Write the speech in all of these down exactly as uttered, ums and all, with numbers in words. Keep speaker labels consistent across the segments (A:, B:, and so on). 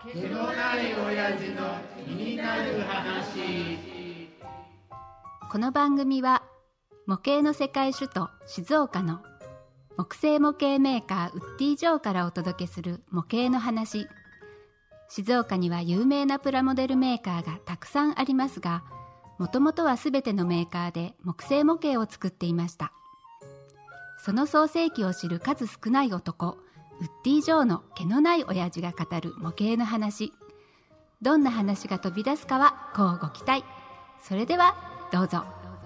A: 毛のない親父の気になる話。
B: この番組は模型の世界首都静岡の木製模型メーカーウッディジョーからお届けする模型の話。静岡には有名なプラモデルメーカーがたくさんありますが、もともとはすべてのメーカーで木製模型を作っていました。その創世記を知る数少ない男、ウッディジョーの毛のない親父が語る模型の話。どんな話が飛び出すかは乞うご期待。それではどうぞ。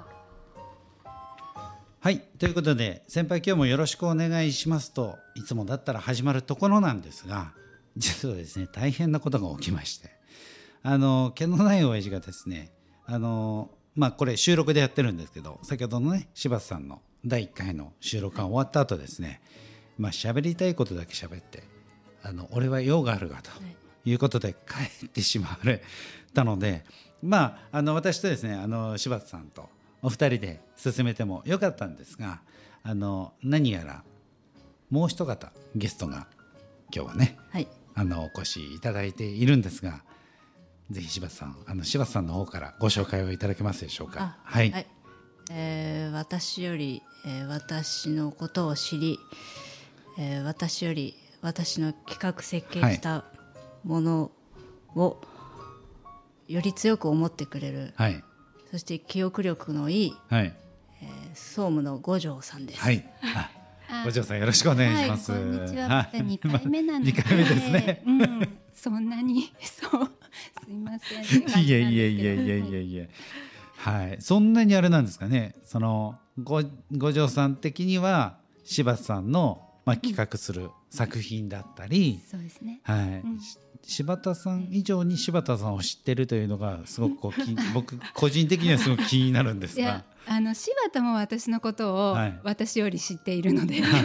C: はい、ということで先輩今日もよろしくお願いしますといつもだったら始まるところなんですが、実はですね大変なことが起きまして、あの毛のない親父がですね、あのまあこれ収録でやってるんですけど、先ほどのね柴田さんのだいいっかいの収録が終わった後ですね、まあ喋りたいことだけ喋って、あの俺は用があるがということで帰ってしまわれたので、まああの私とですねあの柴田さんとお二人で進めてもよかったんですが、あの何やらもう一方ゲストが今日はね、はい、あのお越しいただいているんですが、ぜひ柴田さん、あの柴田さんの方からご紹介をいただけますでしょうか。はい、はい、
D: えー、私より、えー、私のことを知り、えー、私より私の企画設計したものをより強く思ってくれる、はい、そして記憶力のいい、はい、えー、総務の五条さんです。
C: はい、五条さんよろしくお願いします。
B: はい、こんにちは。にかいめなので、
C: にかいめですね。
B: うん、そんなにそうすいません。
C: いやいやいやいやいやいや。はい、そんなにあれなんですかね。その五五条さん的には柴田さんのまあ企画する作品だったり、
B: うん、そうですね。
C: はい。うん、柴田さん以上に柴田さんを知ってるというのがすごくこう僕個人的にはすごく気になるんですが、いや
B: あの柴田も私のことを私より知っているので、はい、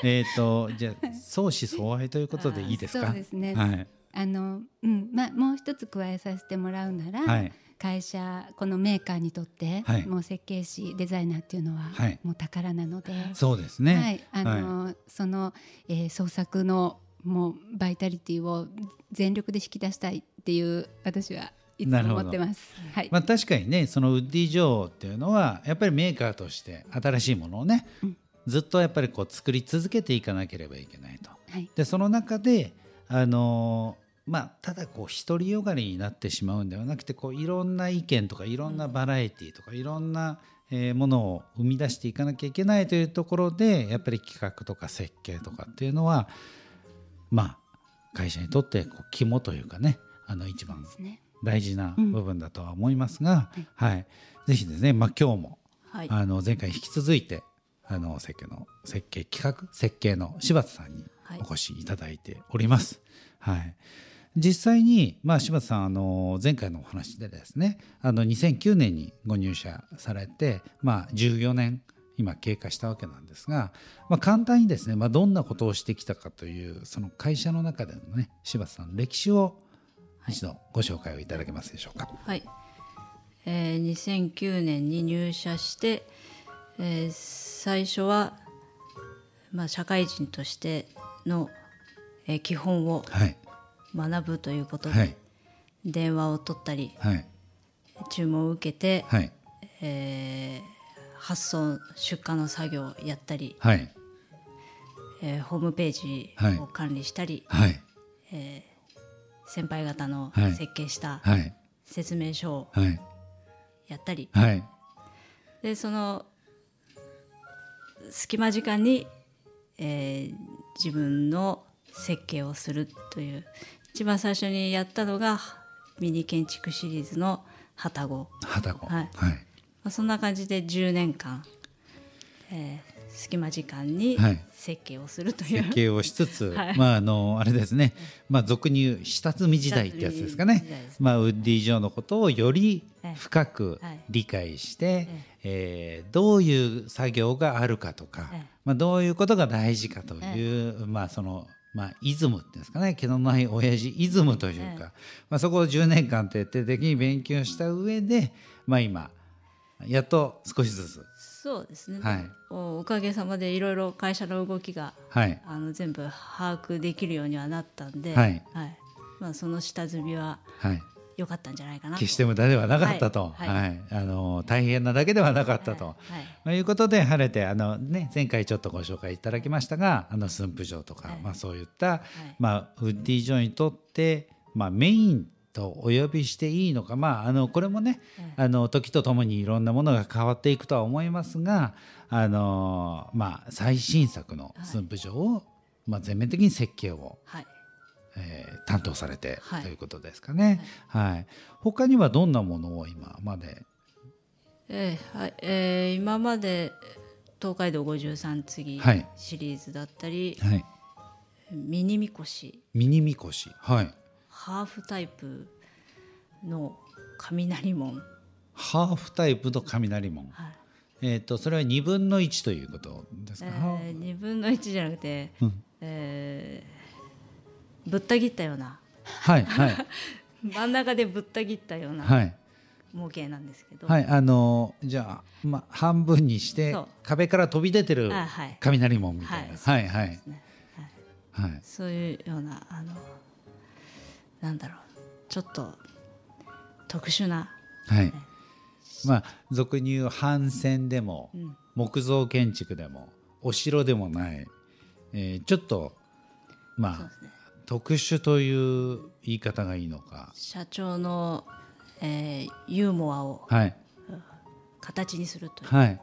C: えっとじゃあ相思相愛ということでいいですか。
B: そうですね、
C: はい、あ
B: のうんまあ、もう一つ加えさせてもらうなら、はい、会社このメーカーにとって、はい、もう設計士デザイナーっていうのは、はい、もう宝なので、
C: そうですね、
B: はい、あの、はい、その、えー、創作のもうバイタリティを全力で引き出したいっていう私はいつも思ってます。はい、
C: まあ、確かにね、そのウッディジョーっていうのはやっぱりメーカーとして新しいものをね、うん、ずっとやっぱりこう作り続けていかなければいけないと、はい、でその中であのーまあ、ただこう独りよがりになってしまうんではなくて、こういろんな意見とかいろんなバラエティとかいろんなえーものを生み出していかなきゃいけないというところで、やっぱり企画とか設計とかっていうのはまあ会社にとってこう肝というかね、あの一番大事な部分だとは思いますが、うん、はい、ぜひですね、まあ、今日も、はい、あの前回引き続いてあの設計の設計企画設計の柴田さんにお越しいただいております。はい、はい、実際に、まあ、柴田さんあの前回のお話でですね、あのにせんきゅうねんにご入社されて、まあ、じゅうよねん今経過したわけなんですが、まあ、簡単にですね、まあ、どんなことをしてきたかというその会社の中でのね柴田さんの歴史を一度ご紹介をいただけますでしょうか。
D: はい、えー、にせんきゅうねんに入社して、えー、最初は、まあ、社会人としての、えー、基本を学ぶということで、はい、電話を取ったり、はい、注文を受けて、はい、えー発送出荷の作業をやったり、はい、えー、ホームページを管理したり、はい、えー、先輩方の設計した説明書をやったり、はい、でその隙間時間に、えー、自分の設計をするという、一番最初にやったのがミニ建築シリーズのはたご。
C: はたご、はい、
D: そんな感じでじゅうねんかん、えー、隙間時間に設計をするという、はい、
C: 設計をしつつ、はい、まああのあれですね、まあ、俗に言う下積み時代ってやつですかね。まあ、ウッディジョーのことをより深く理解して、はい、えー、どういう作業があるかとか、はい、まあ、どういうことが大事かという、はい、まあそのまあ、イズムっていうんですかね、毛のない親父イズムというか、はい、まあ、そこをじゅうねんかん徹底的に勉強した上で、まあ、今やっと少しずつ、
D: そうですね、はい、お, おかげさまでいろいろ会社の動きが、はい、あの全部把握できるようにはなったんで、はいはい、 まあ、その下積みは良かったんじゃないかなと、
C: 決して無駄ではなかったと、
D: はいはい
C: はい、あの大変なだけではなかったと、
D: はいはい
C: ということで晴れてあの、ね、前回ちょっとご紹介いただきましたがあの駿府城とか、
D: はい
C: まあ、そういった、
D: はい
C: まあ、ウッディ・ジョイにとって、まあ、メインとお呼びしていいのか、まあ、あのこれもね、
D: はい
C: あの時とともにいろんなものが変わっていくとは思いますが、あの、まあ、最新作の駿府城を、まあ、全面的に設計を、
D: はい
C: えー担当されて、
D: はい
C: ということですかね。はいはい、他にはどんなものを今まで、
D: えーはいえー今まで東海道五十三次
C: はい
D: シリーズだったり、
C: はい、
D: ミニみこし
C: ミニみこし、はい、
D: ハーフタイプの雷門、
C: ハーフタイプの雷門、
D: はい
C: えー、とそれはにぶんのいちということですか。
D: えー、にぶんのいちじゃなくて、
C: うん
D: えーぶった切ったような
C: はいはい
D: 真ん中でぶった切ったような
C: はい
D: 模型なんですけど、
C: はい、あのじゃあ、ま、半分にして
D: そう
C: 壁から飛び出てる
D: あはい
C: 雷門みたいな、
D: は
C: はいいはい
D: そうですねはい
C: はい、
D: そういうようなあのなんだろうちょっと特殊な、
C: はい、まあ俗に言う帆船でも、
D: うん
C: 木造建築でもお城でもない、えーちょっとまあ、
D: そうですね、
C: 特殊という言い方がいいのか、
D: 社長の、えーユーモアを
C: はい
D: 形にするという、
C: はい、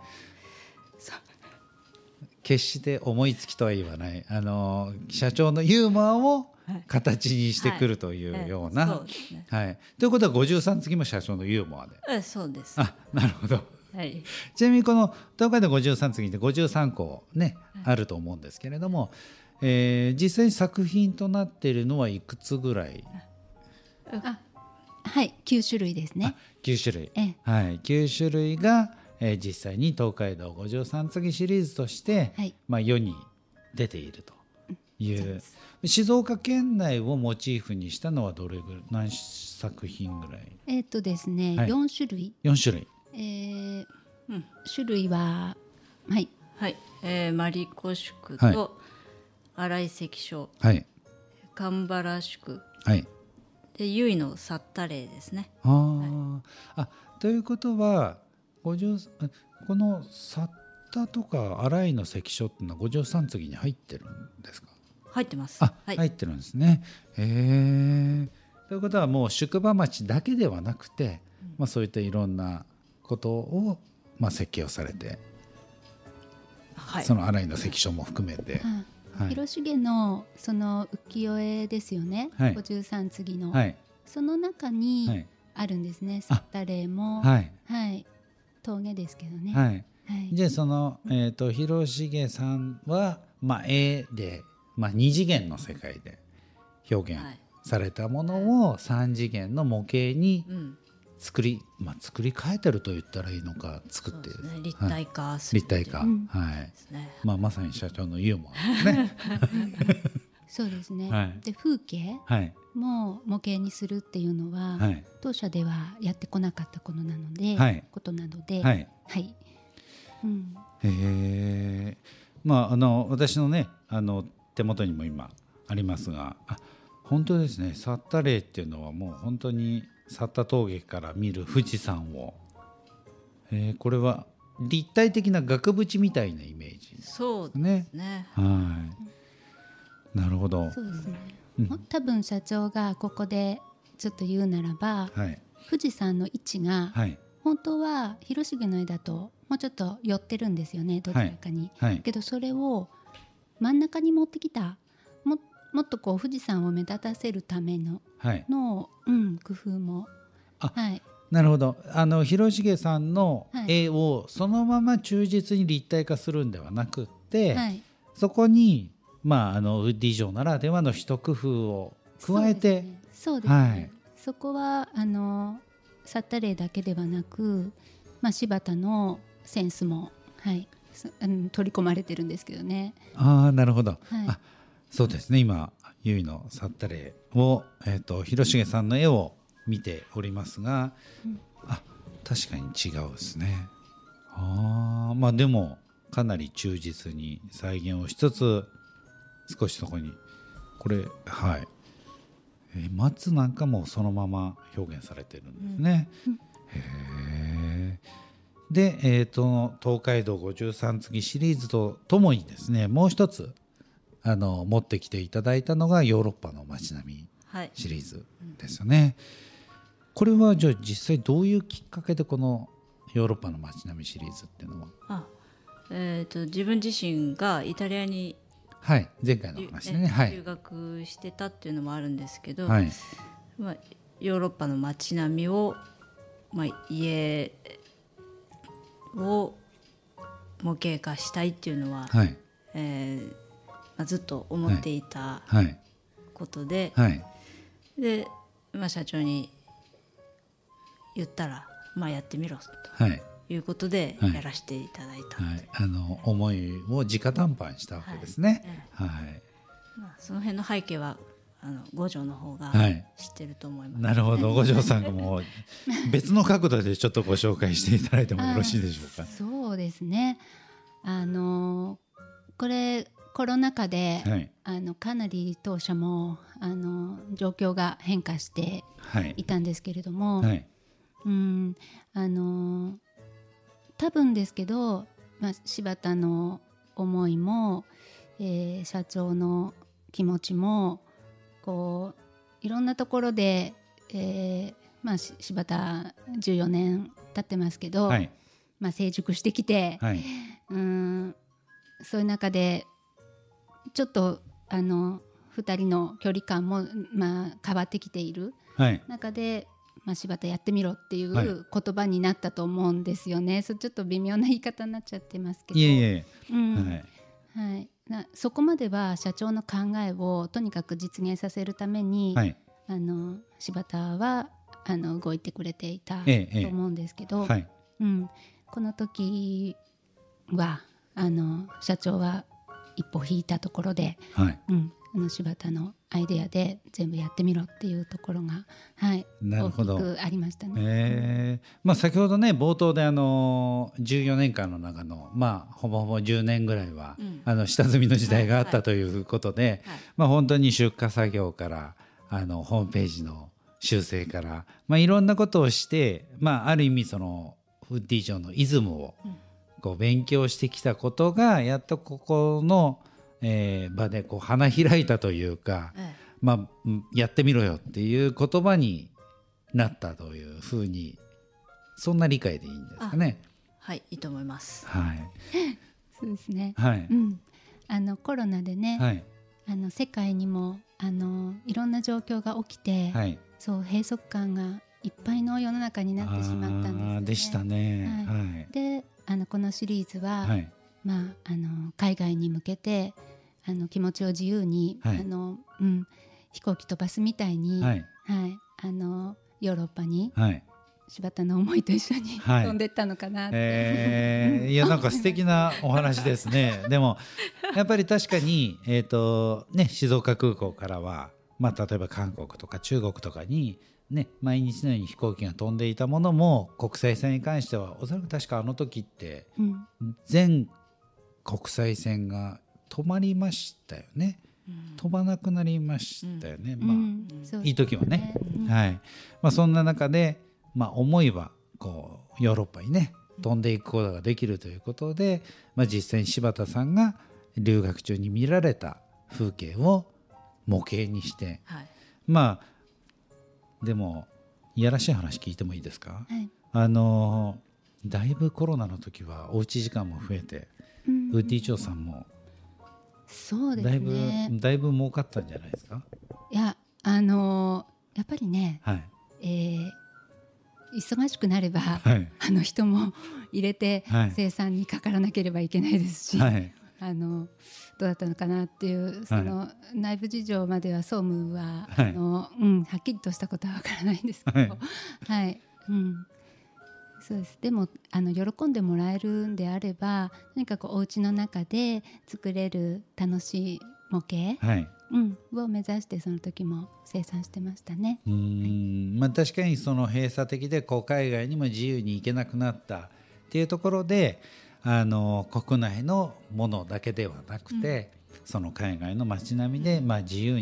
C: 決して思いつきとは言わない、あの社長のユーモアを形にしてくるというような、
D: はいそうですね
C: はい、ということはごじゅうさん次も社長のユーモアで、
D: えそうです、
C: あ、なるほど。
D: はい
C: ちなみにこの東海道ごじゅうさん次でごじゅうさんこね、あると思うんですけれども、えー実際に作品となっているのはいくつぐらい？
B: あはいきゅう種類ですね。
C: きゅう種類、
B: ええ
C: はい、きゅう種類が、えー実際に東海道ごじゅうさん次シリーズとして、
B: はい
C: まあ、世に出ているという
B: そうです。
C: 静岡県内をモチーフにしたのはどれぐらい、何作品ぐらい？
B: えっ、とですね、
C: はい
B: よん種類、
C: よん種類、
B: えー
D: うん
B: 種類ははい
D: はいえー、マリコ宿
C: はい
D: と新井関所、
C: はい
D: 神原宿
C: はい
D: で由比のサッタレイですね。
C: あー、あ、ということはごじゅうこのサッタとか新井の関所っていうのはごじゅうさん次に入ってるんですか？
D: 入ってます。
C: あ、
D: はい、
C: 入ってるんですね。へえ。ということはもう宿場町だけではなくて、まあ、そういったいろんなことを、まあ、設計をされて、
D: はい、
C: その新井の関所も含めて、はい
B: 広重のその浮世絵ですよね、
C: はい
B: ごじゅうさん次の、
C: はい
B: その中
C: は
B: に
C: い
B: あるんですね、サッタレイも、
C: はい
B: はい、峠ですけどね、
C: はい。
B: はい
C: じゃあその、えー、と広重さんは、まあ、絵で、まあ、に次元の世界で表現
D: はい
C: されたものをさん次元の模型に
D: うん、
C: 作り、まあ、作り変えてると言ったらいいのか、作って
D: そうですね、
C: はい
D: 立体化する
C: 立体化、
B: うん
C: はい
D: で、すね。
C: まあ、まさに社長のユーモアですね。
B: そうですね、
C: はい
B: で風景
C: はい
B: も模型にするっていうのは、
C: はい
B: 当社ではやってこなかったことなので、
C: はい
B: ことなので、
C: はい。
B: はいうん、
C: へえ。まああの私のねあの手元にも今ありますが、あ、本当ですね。サッタレイっていうのはもう本当にサッタ峠から見る富士山を、えーこれは立体的な額縁みたいなイメージです
D: そうです
C: ね。
D: ね。
C: はい。なるほど。
B: そうですね、
C: うん
B: 多分社長がここでちょっと言うならば、
C: はい
B: 富士山の位置が
C: はい
B: 本当は広重の絵だともうちょっと寄ってるんですよね、どちらかに、
C: はい
B: けどそれを真ん中に持ってきた、ももっとこう富士山を目立たせるための
C: はい。
B: の、うん、工夫も、
C: あ
B: はい、
C: なるほど。あの広重さんの
B: はい
C: 絵をそのまま忠実に立体化するんではなくって、
B: はい、
C: そこに、まあ、あのウッディ城ならではの一工夫を加えて、
B: そうですね、そうですね、
C: はい
B: そこはあのサッタレイだけではなく、まあ、柴田のセンスも、はいそあの取り込まれてるんですけどね。
C: ああなるほど、
B: はい
C: あそうですね。今ゆいのサッタレイを、えー、と広重さんの絵を見ておりますが、
B: うん
C: あ確かに違うですね。ああまあでもかなり忠実に再現をしつつ少しそこにこれはいえ松なんかもそのまま表現されてるんですね、うんうん、へで、えー、と東海道五十三次シリーズとともにですね、もう一つあの持ってきていただいたのがヨーロッパの街並みシリーズですよね、はいうん、これはじゃあ実際どういうきっかけでこのヨーロッパの街並みシリーズっていうのは
D: あ、えー、と自分自身がイタリアに
C: はい前回の話ね、はい、
D: 留学してたっていうのもあるんですけど、
C: はい
D: まあ、ヨーロッパの街並みを、まあ、家を模型化したいっていうのは、はいえーまあ、ずっと思っていたことで、
C: はいはい
D: で、まあ、社長に言ったら、まあ、やってみろということでやらせていただいた、
C: はいはい、あの思いを直談判したわけですね、はいはい
D: まあ、その辺の背景はあの五条の方が知ってると思います、
C: はい、なるほど。五条さんがもう別の角度でちょっとご紹介していただいてもよろしいでしょうか。
B: そうですね、あのこれコロナ禍で、はい、あのかなり当社もあの状況が変化していたんですけれども、はい、うんあの多分ですけど、まあ、柴田の思いも、えー、社長の気持ちもこういろんなところで、えーまあ、柴田じゅうよねん経ってますけど、はいまあ、成熟してきて、はい、うんそういう中でちょっとあのふたりの距離感も、まあ、変わってきている中で、はいまあ、柴田やってみろっていう言葉になったと思うんですよね、はい、そちょっと微妙な言い方になっちゃってますけど、
C: いえいえ、
B: うんはいはい、なそこまでは社長の考えをとにかく実現させるために、はい、あの柴田はあの動いてくれていたと思うんですけど、ええはいうん、この時はあの社長は一歩引いたところで、はいうん、あの柴田のアイデアで全部やってみろっていうところが、はい、
C: なるほど
B: 大きくありましたね、
C: えーまあ、先ほどね冒頭であのじゅうよねんかんの中の、まあ、ほぼほぼじゅうねんぐらいは、うん、あの下積みの時代があったということで、はいはいまあ、本当に出荷作業からあのホームページの修正から、まあ、いろんなことをして、まあ、ある意味そのウッディ城のイズムをこう勉強してきたことがやっとここの、えー、場でこう花開いたというか、ええまあ、やってみろよっていう言葉になったというふうにそんな理解でいいんですかね。
D: はいいいと思います、
C: はい、
B: そうですね、
C: はい
B: うん、あのコロナでね、はい、あの世界にもあのいろんな状況が起きて、はい、そう閉塞感がいっぱいの世の中になってしまったんですよね。
C: でしたね、
B: はいはい、であのこのシリーズは、はいまあ、あの海外に向けてあの気持ちを自由に、はいあのうん、飛行機飛ばすみたいに、はいはい、あのヨーロッパに、はい、柴田の思いと一緒に、はい、飛んでったのかなって、
C: えー、いやなんか素敵なお話ですねでもやっぱり確かに、えーとね、静岡空港からは、まあ、例えば韓国とか中国とかにね、毎日のように飛行機が飛んでいたものも国際線に関してはおそらく確かあの時って、うん、全国際線が止まりましたよね、うん、飛ばなくなりましたよね、うんまあうん、いい時はね、うんはいまあ、そんな中で、まあ、思いはこうヨーロッパにね飛んでいくことができるということで、まあ、実際に柴田さんが留学中に見られた風景を模型にして、はい、まあでもいやらしい話聞いてもいいですか、はい、あのだいぶコロナの時はおうち時間も増えて、うん、ウッディ長さんも
B: そうですね、
C: だいぶだいぶ儲かったんじゃないですか。
B: いやあのやっぱりね、はいえー、忙しくなれば、はい、あの人も入れて生産にかからなければいけないですし、はい、あのどうだったのかなっていうその内部事情までは総務は、はいあのうん、はっきりとしたことはわからないんですけど、はいはいうん、そうです。でもあの喜んでもらえるんであればとにかくお家の中で作れる楽しい模型、はいうん、を目指してその時も生産してましたね。
C: うーん、はいまあ、確かにその閉鎖的でこう海外にも自由に行けなくなったっていうところであの国内のものだけではなくて、うん、その海外の街並みで、まあ、自由に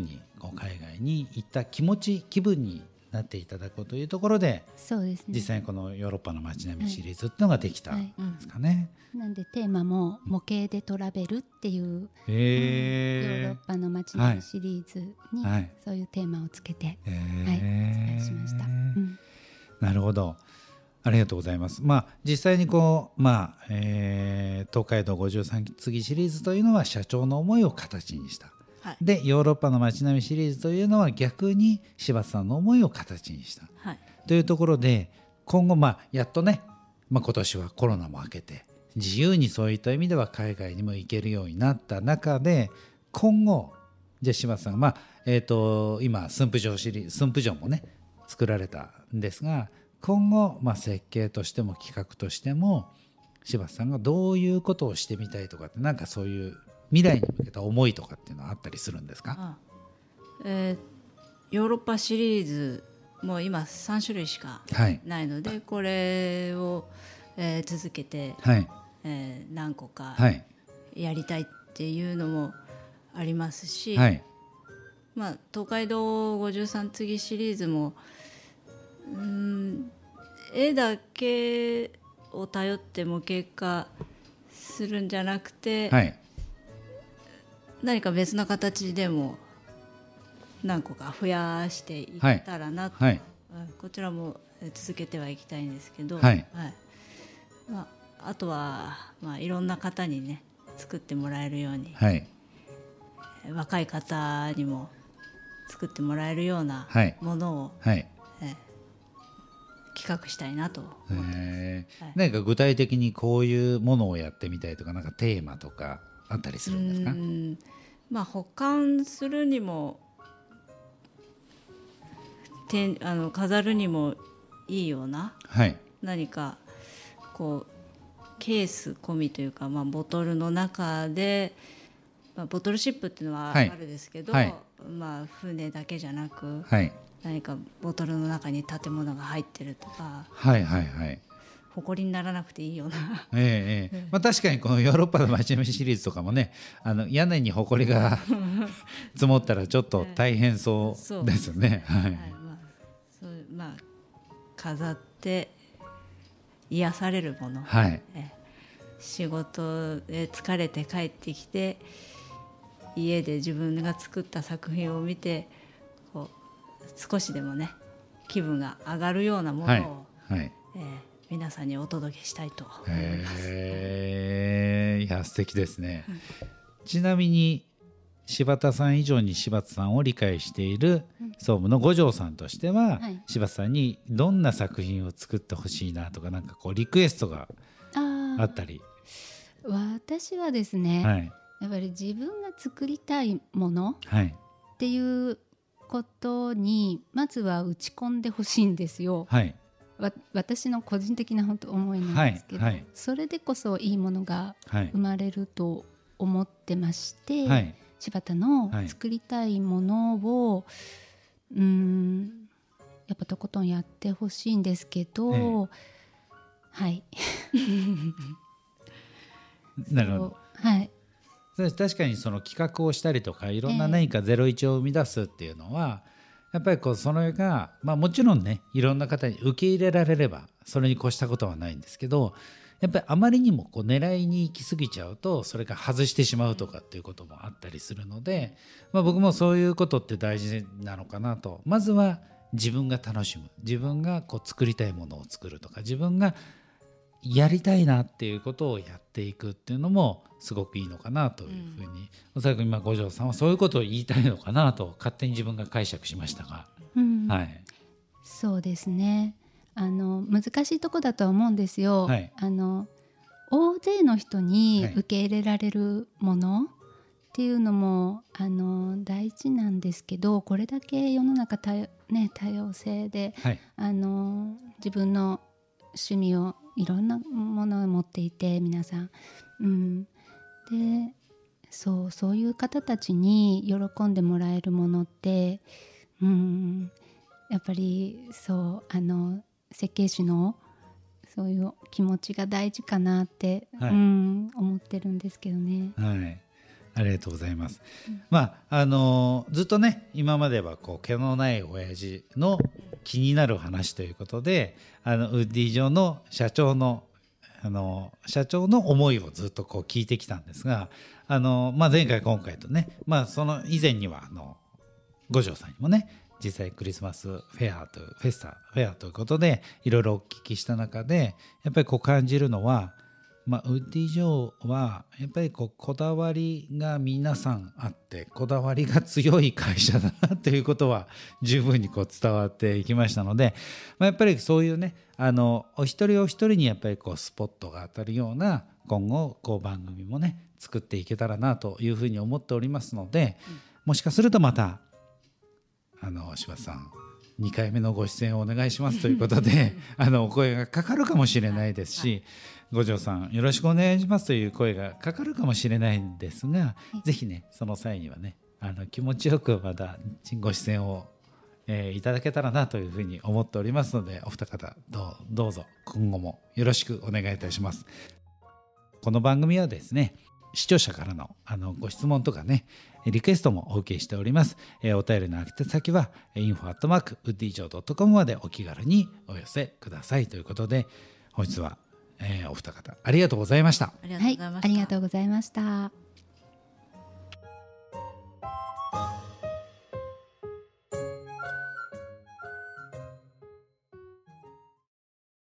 C: こう海外に行った気持ち気分になっていただこうというところで、
B: そうですね、
C: 実際にこのヨーロッパの街並みシリーズっていうのができたんですかね、はいはい
B: うん、なんでテーマも模型でトラベルっていう、うん、ヨーロッパの街並みシリーズにそういうテーマをつけて、はいはい、お伝えしました、うん、
C: なるほど、ありがとうございます。まあ、実際にこう、まあえー、東海道ごじゅうさんつぎシリーズというのは社長の思いを形にした、はい、でヨーロッパの街並みシリーズというのは逆に柴田さんの思いを形にした、はい、というところで今後、まあ、やっとね、まあ、今年はコロナも明けて自由にそういった意味では海外にも行けるようになった中で、今後じゃあ柴田さんが、まあえー、と今駿府城シリーズ駿府城もね作られたんですが、今後、まあ、設計としても企画としても柴田さんがどういうことをしてみたいとかって、なんかそういう未来に向けた思いとかっていうのはあったりするんですか？
D: ああ、えー、ヨーロッパシリーズもう今さん種類しかないので、はい、これを、えー、続けて、はいえー、何個かやりたいっていうのもありますし、はいまあ、東海道ごじゅうさんつぎシリーズもうーん絵だけを頼って模型化するんじゃなくて、はい、何か別の形でも何個か増やしていったらなと、はいはい、こちらも続けてはいきたいんですけど、はいはいまあ、あとは、まあ、いろんな方にね作ってもらえるように、はい、若い方にも作ってもらえるようなものを、はいはいえ企画したいなと思ってます、えーはい、
C: 何か具体的にこういうものをやってみたいとか、なんかテーマとかあったりするんですか？
D: うん、まあ、保管するにもてあの飾るにもいいような、はい、何かこうケース込みというか、まあ、ボトルの中で、まあ、ボトルシップっていうのはあるんですけど、はいはいまあ、船だけじゃなく、はい、何かボトルの中に建物が入ってるとか、はいはいはい、埃にならなくていいような、
C: ええええまあ、確かにこのヨーロッパの街並みシリーズとかもね、あの屋根に埃が積もったらちょっと大変そうですよね。はいはいまあ
D: そうまあ、飾って癒されるもの、はい、え仕事で疲れて帰ってきて家で自分が作った作品を見てこう少しでもね気分が上がるようなものを、はいはいえー、皆さんにお届けしたいと思います。
C: へーいや素敵ですね。ちなみに柴田さん以上に柴田さんを理解している総務の五条さんとしては、はい、柴田さんにどんな作品を作ってほしいなとか、なんかこうリクエストがあったり。
B: 私はですね、はい、やっぱり自分が作りたいものっていうことにまずは打ち込んでほしいんですよ、はい、わ私の個人的な本当思いなんですけど、はいはい、それでこそいいものが生まれると思ってまして、はい、柴田の作りたいものを、はい、うーんやっぱとことんやってほしいんですけど、ええ、はい
C: なるほど、はい、確かにその企画をしたりとかいろんな何かゼロイチを生み出すっていうのは、えー、やっぱりこうそれが、まあ、もちろんねいろんな方に受け入れられればそれに越したことはないんですけど、やっぱりあまりにもこう狙いに行き過ぎちゃうとそれが外してしまうとかっていうこともあったりするので、まあ、僕もそういうことって大事なのかなと。まずは自分が楽しむ、自分がこう作りたいものを作るとか、自分がやりたいなっていうことをやっていくっていうのもすごくいいのかなというふうに、うん、おそらく今五条さんはそういうことを言いたいのかなと勝手に自分が解釈しましたが、うんはい、
B: そうですね、あの難しいとこだとは思うんですよ、はい、あの大勢の人に受け入れられるものっていうのも、はい、あの大事なんですけど、これだけ世の中多、ね、多様性で、はい、あの自分の趣味をいろんなものを持っていて皆さん、うん、でそう、そういう方たちに喜んでもらえるものって、うん、やっぱりそうあの設計士のそういう気持ちが大事かなって、はいうん、思ってるんですけどね。
C: はい、 ありがとうございます。うん、まああのー、ずっとね今まではこう毛のない親父の気になる話ということで、あのウッディ城の社長のあの社長の思いをずっとこう聞いてきたんですが、あの、まあ、前回今回とね、まあ、その以前にはあの五条さんにもね実際クリスマスフェアというフェスタフェアということでいろいろお聞きした中で、やっぱりこう感じるのは、まあ、ウッディ城はやっぱりこうこだわりが皆さんあって、こだわりが強い会社だなということは十分にこう伝わっていきましたので、まあ、やっぱりそういうねあのお一人お一人にやっぱりこうスポットが当たるような今後こう番組もね作っていけたらなというふうに思っておりますので、うん、もしかするとまたあの柴田さんにかいめのご出演をお願いしますということであのお声がかかるかもしれないですし、はい、五条さんよろしくお願いしますという声がかかるかもしれないんですが、はい、ぜひねその際にはねあの気持ちよくまたご出演を、えー、いただけたらなというふうに思っておりますので、お二方どう、どうぞ今後もよろしくお願いいたします。この番組はですね視聴者からの、あのご質問とかねリクエストもお受けしております。えー、お便りの宛先は インフォ アットマーク ウッディジョー ドットコム までお気軽にお寄せくださいということで、本日は、えー、お二方ありがとうございました。
B: ありがとうございました。はい、ありがとうございました。